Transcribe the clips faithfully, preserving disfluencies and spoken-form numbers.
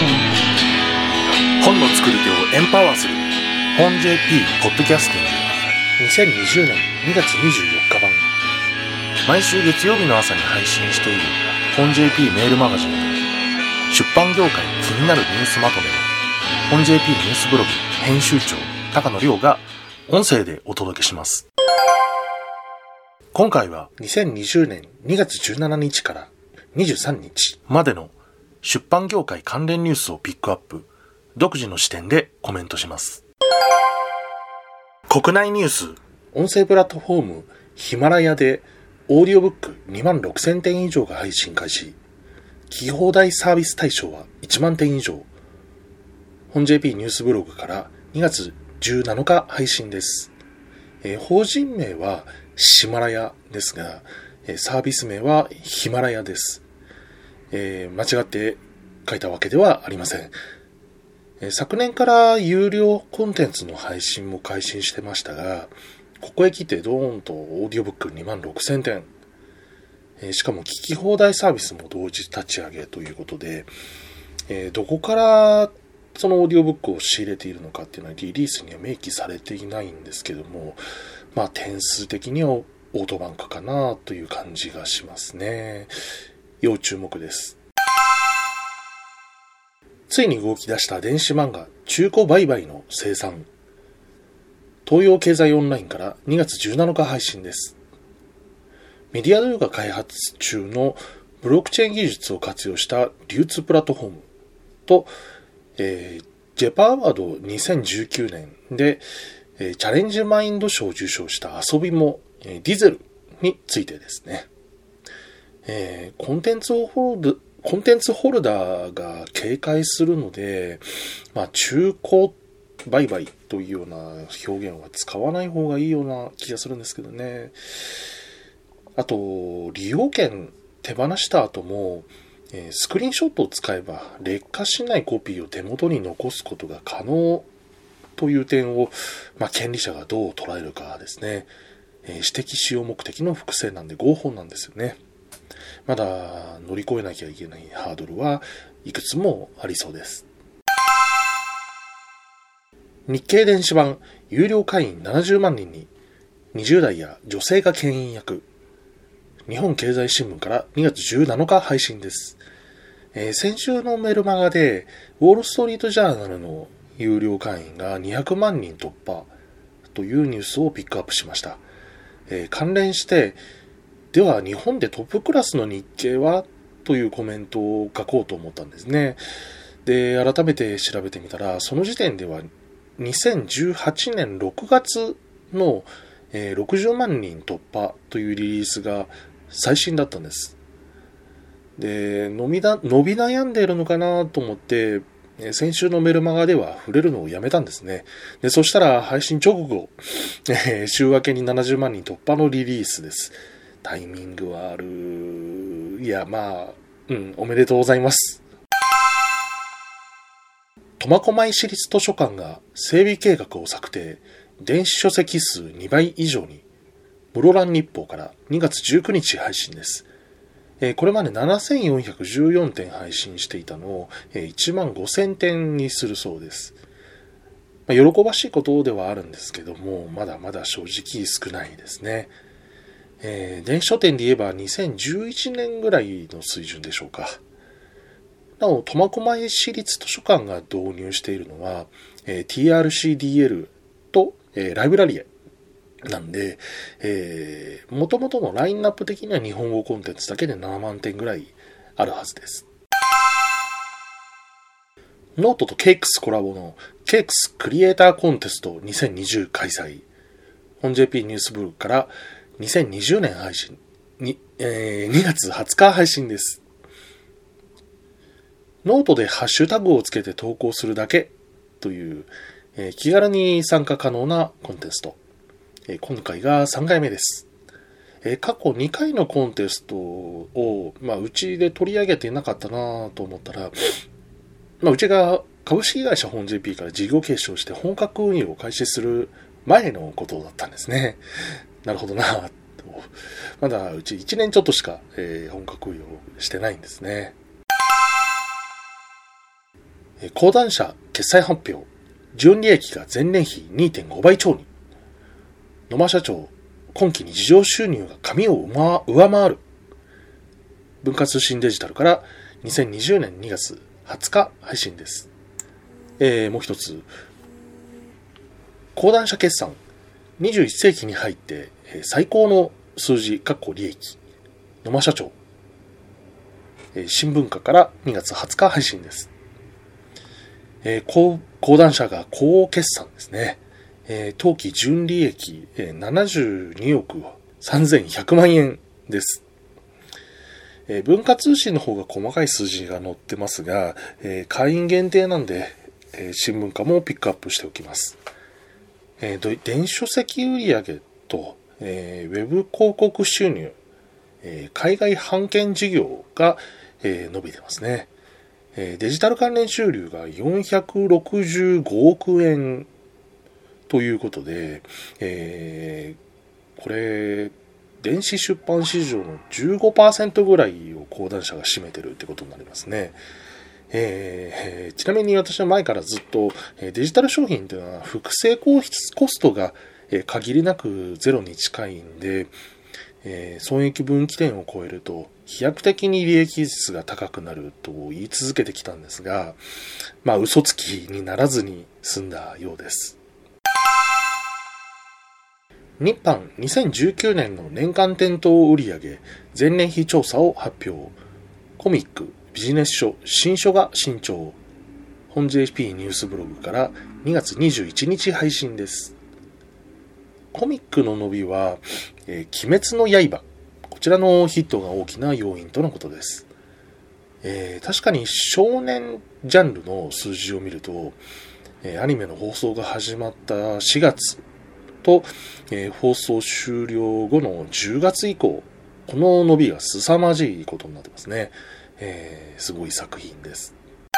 信。 本の作り手をエンパワーする本 ジェーピー ポッドキャスティングにせんにじゅうねんにがつにじゅうよっか版、 毎週月曜日の朝に配信している本 ジェーピー メールマガジンと出版業界気になるニュースまとめを本 ジェーピー ニュースブログ編集長高野亮が音声でお届けします。今回はにせんにじゅうねんにがつじゅうしちにちからにじゅうさんにちまでの出版業界関連ニュースをピックアップ、独自の視点でコメントします。国内ニュース。 音声プラットフォームヒマラヤでオーディオブックにまんろくせんてん以上が配信開始。聞き放題サービス対象はいちまんてん以上。本 ジェーピー ニュースブログからにがつじゅうなのか配信です。えー、法人名はシマラヤですが、えー、サービス名はヒマラヤです。えー、間違って書いたわけではありません。えー、昨年から有料コンテンツの配信も開始してましたが、ここへ来てドーンとオーディオブックにまんろくせんてん、えー、しかも聞き放題サービスも同時立ち上げということで、えー、どこからそのオーディオブックを仕入れているのかっていうのはリリースには明記されていないんですけども、まあ点数的にはオートバンクかなという感じがしますね。要注目です。ついに動き出した電子漫画中古売買の生産。東洋経済オンラインからにがつじゅうなのか配信です。メディアドゥが開発中のブロックチェーン技術を活用した流通プラットフォームと、えー、ジェパアワードにせんじゅうきゅうねんで、えー、チャレンジマインド賞を受賞した遊びも、えー、ディゼルについてですね。えー、コンテンツをホールドコンテンツホルダーが警戒するので、まあ、中古売買というような表現は使わない方がいいような気がするんですけどね。あと、利用権手放した後も、えー、スクリーンショットを使えば劣化しないコピーを手元に残すことが可能という点を、まあ、権利者がどう捉えるかですね。えー、私的使用目的の複製なんで合法なんですよね。まだ乗り越えなきゃいけないハードルはいくつもありそうです。日経電子版有料会員ななじゅうまんにんににじゅうだいや女性が牽引役。日本経済新聞からにがつじゅうなのか配信です。えー、先週のメルマガでウォールストリートジャーナルの有料会員がにひゃくまんにん突破というニュースをピックアップしました。えー、関連してでは日本でトップクラスの日経はというコメントを書こうと思ったんですね。で、改めて調べてみたら、その時点ではにせんじゅうはちねんろくがつのろくじゅうまんにん突破というリリースが最新だったんです。で、伸びだ、伸び悩んでいるのかなと思って、先週のメルマガでは触れるのをやめたんですね。で、そしたら配信直後、えー、週明けにななじゅうまんにん突破のリリースです。タイミングはある。いや、まあ、うん、おめでとうございます。苫小牧市立図書館が整備計画を策定。電子書籍数にばい以上に。室蘭日報からにがつじゅうくにち配信です。えー、これまでななせんよんひゃくじゅうよんてん配信していたのを、えー、いちまんごせんてんにするそうです。まあ、喜ばしいことではあるんですけども、まだまだ正直少ないですね。えー、電子書店で言えばにせんじゅういちねんぐらいの水準でしょうか。なお、苫小牧市立図書館が導入しているのは、えー、ティーアールシーディーエル と、えー、ライブラリエなんで、えー、元々のラインナップ的には日本語コンテンツだけでななまんてんぐらいあるはずです。ノートと ケイクス コラボの ケイクス クリエイターコンテストにせんにじゅう開催。本 ジェーピー ニュースブログからにせんにじゅうねん配信に、えー、にがつはつか配信です。ノートでハッシュタグをつけて投稿するだけという、えー、気軽に参加可能なコンテスト。えー、今回がさんかいめです。えー、過去にかいのコンテストを、まあ、うちで取り上げていなかったなと思ったら、まあ、うちが株式会社本 ジェーピー から事業継承して本格運用を開始する前のことだったんですね。なるほどなぁと。まだうちいちねんちょっとしか、えー、本格運用してないんですね。 講談社決算発表。純利益が前年比 にてんご 倍超に。野間社長、今期に事業収入が紙を上回る。文化通信デジタルからにせんにじゅうねんにがつはつか配信です。えー、もう一つ。講談社決算。にじゅういっ世紀に入って最高の数字、かっこ利益。野間社長。新聞社からにがつはつか配信です。えー、講, 講談社が高決算ですね。えー、当期純利益、えー、ななじゅうにおくさんぜんひゃくまんえんです。えー、文化通信の方が細かい数字が載ってますが、えー、会員限定なんで、えー、新聞社もピックアップしておきます。えー、電子書籍売上と、えー、ウェブ広告収入、えー、海外版権事業が、えー、伸びてますね。デジタル関連収入がよんひゃくろくじゅうごおくえんということで、えー、これ、電子出版市場の じゅうごパーセント ぐらいを講談社が占めてるってことになりますね。えー、ちなみに私は前からずっとデジタル商品というのは複製コストが限りなくゼロに近いんで、えー、損益分岐点を超えると飛躍的に利益率が高くなると言い続けてきたんですが、まあ嘘つきにならずに済んだようです。日販にせんじゅうきゅうねんの年間店頭売上前年比調査を発表。コミック、ビジネス書、新書が新潮。本 ジェーピー ニュースブログからにがつにじゅういちにち配信です。コミックの伸びは、えー、鬼滅の刃。こちらのヒットが大きな要因とのことです。えー、確かに少年ジャンルの数字を見ると、えー、アニメの放送が始まったしがつと、えー、放送終了後のじゅうがつ以降、この伸びが凄まじいことになってますね。えー、すごい作品です。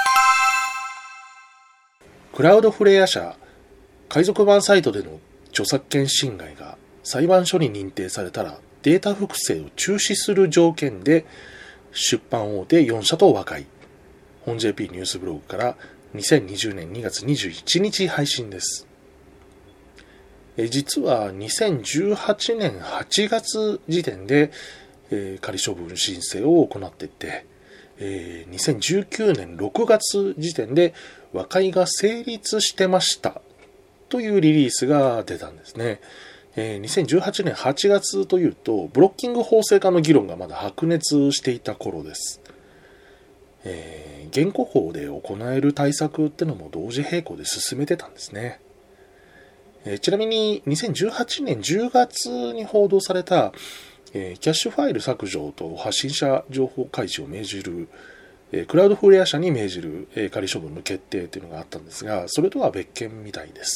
クラウドフレア社、海賊版サイトでの著作権侵害が裁判所に認定されたらデータ複製を中止する条件で出版大手よんしゃと和解。本 ジェーピー ニュースブログからにせんにじゅうねんにがつにじゅういちにち配信です。え実はにせんじゅうはちねんはちがつ時点で、えー、仮処分申請を行っていて、えー、にせんじゅうきゅうねんろくがつ時点で和解が成立してましたというリリースが出たんですね。えー、にせんじゅうはちねんはちがつというとブロッキング法制化の議論がまだ白熱していた頃です。えー、現行法で行える対策ってのも同時並行で進めてたんですね。えー、ちなみににせんじゅうはちねんじゅうがつに報道された、えー、キャッシュファイル削除と発信者情報開示を命じる、えー、クラウドフレア社に命じる、えー、仮処分の決定というのがあったんですが、それとは別件みたいです。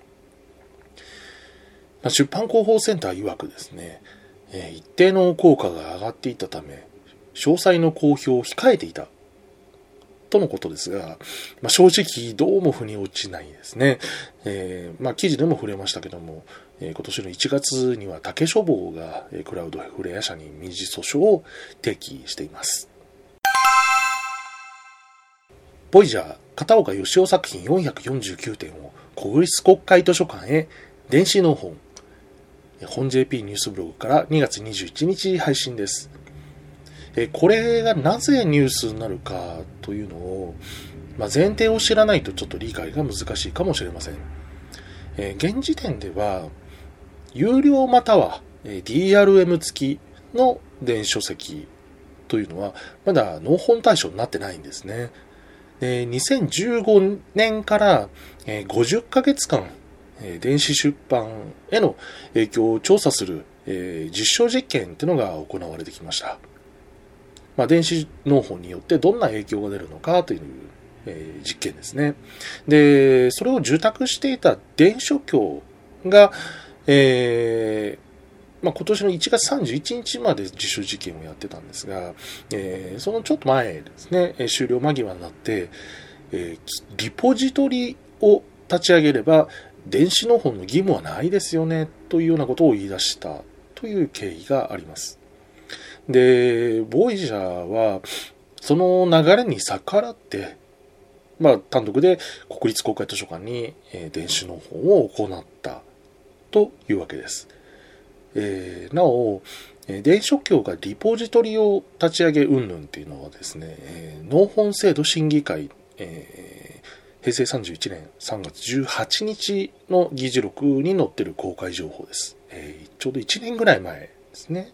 まあ、出版広報センター曰くですね、えー、一定の効果が上がっていたため詳細の公表を控えていたとのことですが、まあ、正直どうも腑に落ちないですね。えーまあ、記事でも触れましたけども、えー、今年のいちがつには竹書房が、えー、クラウドフレア社に民事訴訟を提起しています。ボイジャー片岡義雄作品よんひゃくよんじゅうきゅうてんを国立国会図書館へ電子納本。本 ジェーピー ニュースブログからにがつにじゅういちにち配信です。これがなぜニュースになるかというのを、まあ、前提を知らないとちょっと理解が難しいかもしれません。現時点では有料または ディーアールエム 付きの電子書籍というのはまだ納本対象になってないんですね。にせんじゅうごねんからごじゅっかげつかん電子出版への影響を調査する実証実験というのが行われてきました。まあ、電子納本によってどんな影響が出るのかという、えー、実験ですね。で、それを受託していた電書協が、えーまあ、今年のいちがつさんじゅういちにちまで実証実験をやってたんですが、えー、そのちょっと前ですね、終了間際になって、えー、リポジトリを立ち上げれば電子納本の義務はないですよねというようなことを言い出したという経緯があります。で、ボイジャーはその流れに逆らって、 まあ、単独で国立公開図書館に、えー、電子納本を行ったというわけです。えー、なお、電子書協がリポジトリを立ち上げ云々っていうのはですね、えー、納本制度審議会、えー、へいせいさんじゅういちねんさんがつじゅうはちにちの議事録に載っている公開情報です。えー、ちょうどいちねんぐらい前ですね。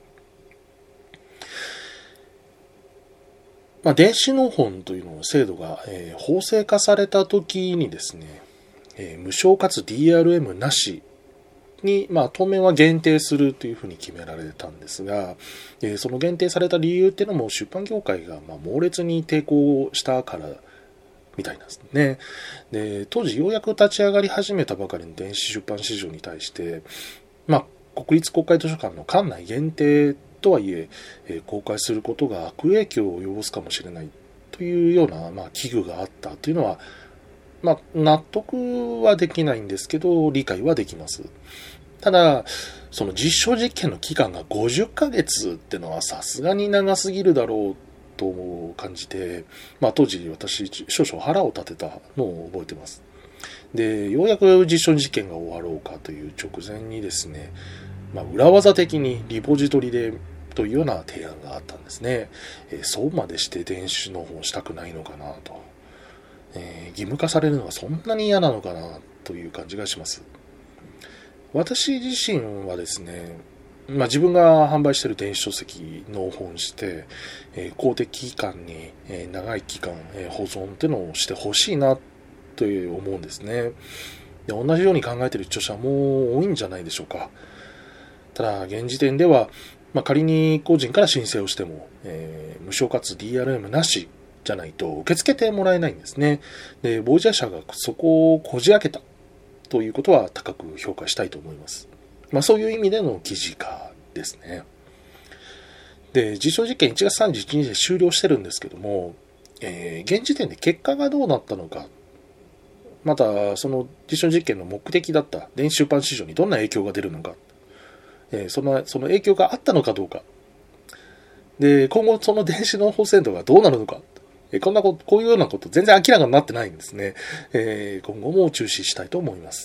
まあ、電子納本というの制度が、えー、法制化された時にですね、えー、無償かつ ディーアールエム なしに、まあ、当面は限定するというふうに決められたんですが、えー、その限定された理由っていうのも出版業界がまあ猛烈に抵抗したからみたいなんですね。で、当時ようやく立ち上がり始めたばかりの電子出版市場に対して、まあ、国立国会図書館の館内限定とはいええー、公開することが悪影響を及ぼすかもしれないというような、まあ、危惧があったというのは、まあ、納得はできないんですけど、理解はできます。ただ、その実証実験の期間がごじゅっかげつってのはさすがに長すぎるだろうと感じて、まあ当時私少々腹を立てたのを覚えてます。で、ようやく実証実験が終わろうかという直前にですね、まあ裏技的にリポジトリでというような提案があったんですね。えー、そうまでして電子納本したくないのかなと、えー、義務化されるのがそんなに嫌なのかなという感じがします。私自身はですね、まあ、自分が販売している電子書籍納本して、えー、公的機関に、えー、長い期間、えー、保存っていうのをしてほしいなという思うんですね。で、同じように考えている著者も多いんじゃないでしょうか。ただ現時点では、まあ、仮に個人から申請をしても、えー、無償かつ ディーアールエム なしじゃないと受け付けてもらえないんですね。で、ボイジャー社がそこをこじ開けたということは高く評価したいと思います。まあ、そういう意味での記事化ですね。で、実証実験いちがつさんじゅういちにちで終了してるんですけども、えー、現時点で結果がどうなったのか、またその実証実験の目的だった電子出版市場にどんな影響が出るのか、えー、そのその影響があったのかどうか、で今後その電子納本制度がどうなるのか、えー、こんなことこういうようなこと全然明らかになってないんですね。えー、今後も注視したいと思います。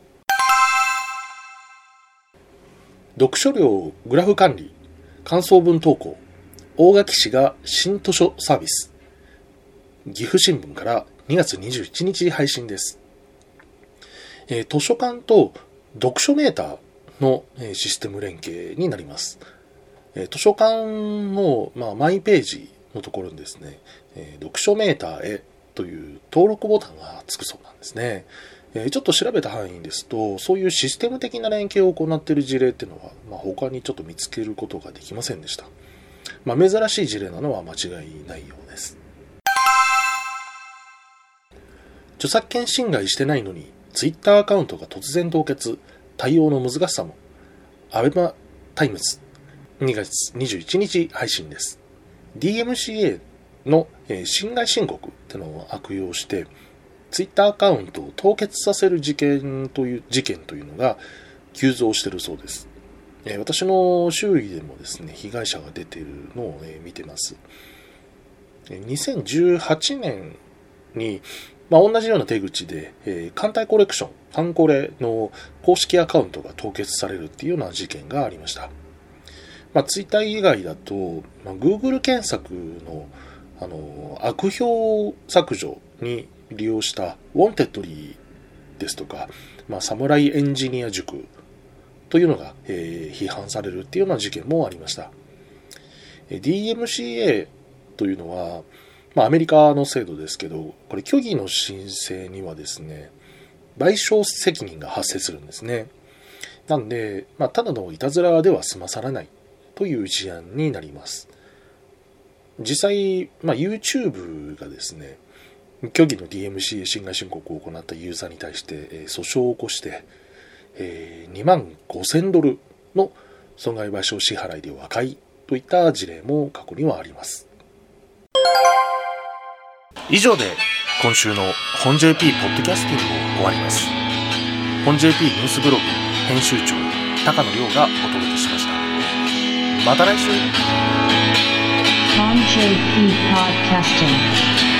読書量グラフ管理、感想文投稿、大垣市が新図書サービス、岐阜新聞からにがつにじゅういちにち配信です。えー、図書館と読書メーターのシステム連携になります。えー、図書館の、まあ、マイページのところにですね、えー、読書メーターへという登録ボタンがつくそうなんですね。ちょっと調べた範囲ですと、そういうシステム的な連携を行っている事例っていうのは、まあ、他にちょっと見つけることができませんでした。まあ、珍しい事例なのは間違いないようです。著作権侵害してないのに、ツイッターアカウントが突然凍結、対応の難しさも。アベマタイムズ、にがつにじゅういちにち配信です。ディーエムシーエー の侵害申告っていうのを悪用して、ツイッターアカウントを凍結させる事件という事件というのが急増しているそうです。えー、私の周囲でもですね、被害者が出ているのを、ね、見てます。にせんじゅうはちねんに、まあ、同じような手口で、えー、艦隊コレクション、ハンコレの公式アカウントが凍結されるっていうような事件がありました。まあ、ツイッター以外だと、まあ、Google 検索の、あの悪評削除に利用したウォンテッドリーですとか、まあ、サムライエンジニア塾というのが、えー、批判されるっていうような事件もありました。ディーエムシーエー というのは、まあ、アメリカの制度ですけど、これ虚偽の申請にはですね、賠償責任が発生するんですね。なんで、まあ、ただのいたずらでは済まされないという事案になります。実際、まあ、YouTube がですね、虚偽の ディーエムシーエー 侵害申告を行ったユーザーに対して、えー、訴訟を起こして、えー、にまんごせんドルの損害賠償支払いで和解といった事例も過去にはあります。 以上で今週の本 ジェーピー ポッドキャスティングを終わります。本 ジェーピー ニュースブログ編集長高野亮がお届けしました。また来週。本 ジェーピー Podcasting